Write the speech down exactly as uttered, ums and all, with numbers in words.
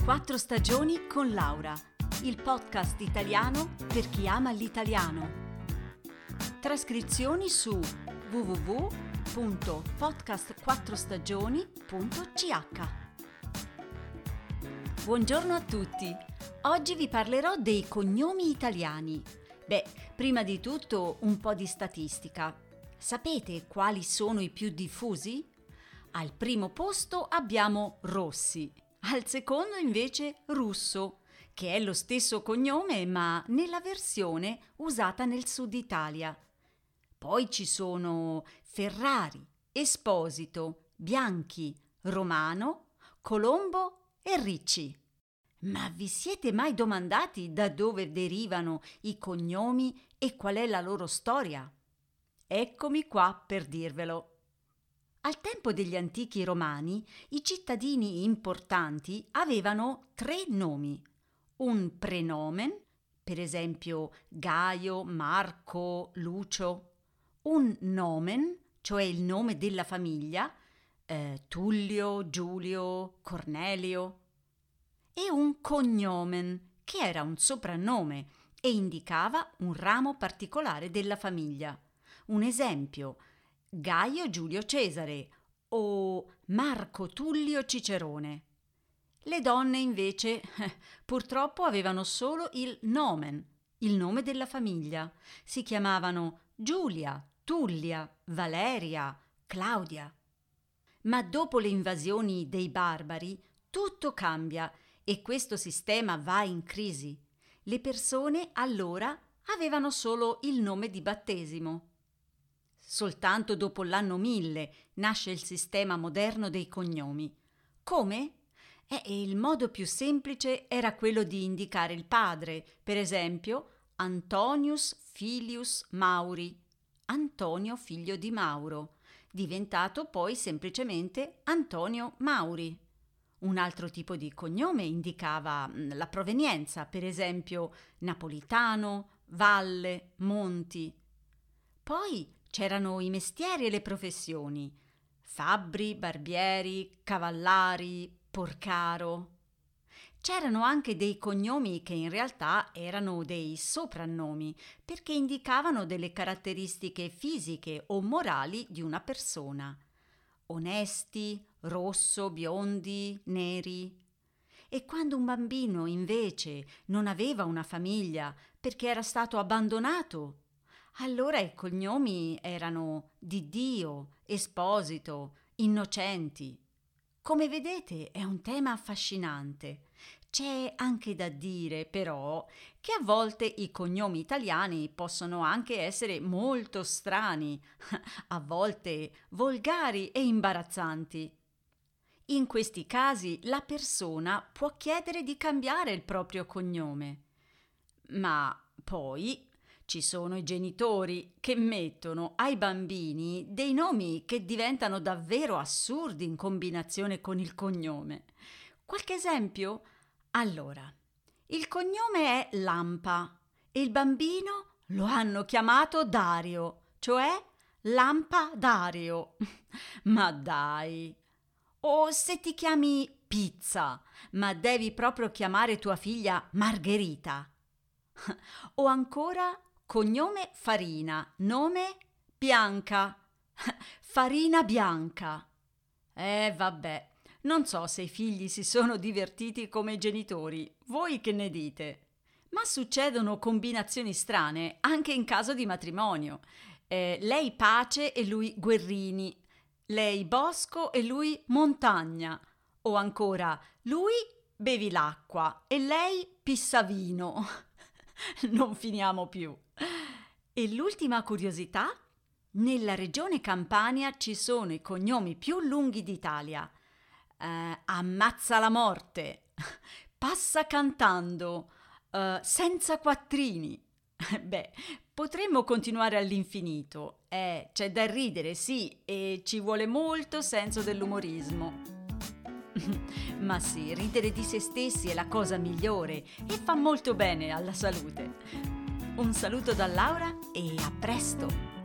Quattro stagioni con Laura, il podcast italiano per chi ama l'italiano. Trascrizioni su w w w punto podcast quattro stagioni punto c h. Buongiorno a tutti, oggi vi parlerò dei cognomi italiani. Beh, prima di tutto un po' di statistica. Sapete quali sono i più diffusi? Al primo posto abbiamo Rossi, al secondo invece Russo, che è lo stesso cognome ma nella versione usata nel sud Italia. Poi ci sono Ferrari, Esposito, Bianchi, Romano, Colombo e Ricci. Ma vi siete mai domandati da dove derivano i cognomi e qual è la loro storia? Eccomi qua per dirvelo. Al tempo degli antichi romani, i cittadini importanti avevano tre nomi. Un prenomen, per esempio Gaio, Marco, Lucio. Un nomen, cioè il nome della famiglia, eh, Tullio, Giulio, Cornelio. E un cognomen, che era un soprannome e indicava un ramo particolare della famiglia. Un esempio, Gaio Giulio Cesare o Marco Tullio Cicerone. Le donne invece eh, purtroppo avevano solo il nomen, il nome della famiglia. Si chiamavano Giulia, Tullia, Valeria, Claudia. Ma dopo le invasioni dei barbari tutto cambia e questo sistema va in crisi. Le persone allora avevano solo il nome di battesimo. Soltanto dopo l'anno mille nasce il sistema moderno dei cognomi. Come? Eh, il modo più semplice era quello di indicare il padre, per esempio Antonius Filius Mauri, Antonio figlio di Mauro, diventato poi semplicemente Antonio Mauri. Un altro tipo di cognome indicava la provenienza, per esempio Napolitano, Valle, Monti. Poi c'erano i mestieri e le professioni, fabbri, barbieri, cavallari, porcaro. C'erano anche dei cognomi che in realtà erano dei soprannomi, perché indicavano delle caratteristiche fisiche o morali di una persona. Onesti, rosso, biondi, neri. E quando un bambino invece non aveva una famiglia perché era stato abbandonato, allora i cognomi erano Diddio, Esposito, Innocenti. Come vedete è un tema affascinante. C'è anche da dire però che a volte i cognomi italiani possono anche essere molto strani, a volte volgari e imbarazzanti. In questi casi la persona può chiedere di cambiare il proprio cognome. Ma poi ci sono i genitori che mettono ai bambini dei nomi che diventano davvero assurdi in combinazione con il cognome. Qualche esempio? Allora, il cognome è Lampa e il bambino lo hanno chiamato Dario, cioè Lampa Dario. Ma dai! O se ti chiami Pizza, ma devi proprio chiamare tua figlia Margherita. O ancora cognome Farina, nome Bianca. Farina Bianca. Eh vabbè, non so se i figli si sono divertiti come genitori, voi che ne dite? Ma succedono combinazioni strane anche in caso di matrimonio. Eh, lei Pace e lui Guerrini, lei Bosco e lui Montagna, o ancora lui Bevilacqua e lei Pissavino. Non finiamo più. E l'ultima curiosità? Nella regione Campania ci sono i cognomi più lunghi d'Italia. Eh, ammazza la morte, passa cantando, eh, senza quattrini. Beh, potremmo continuare all'infinito. Eh, c'è da ridere, sì, e ci vuole molto senso dell'umorismo. Ma sì, ridere di se stessi è la cosa migliore e fa molto bene alla salute. Un saluto da Laura e a presto!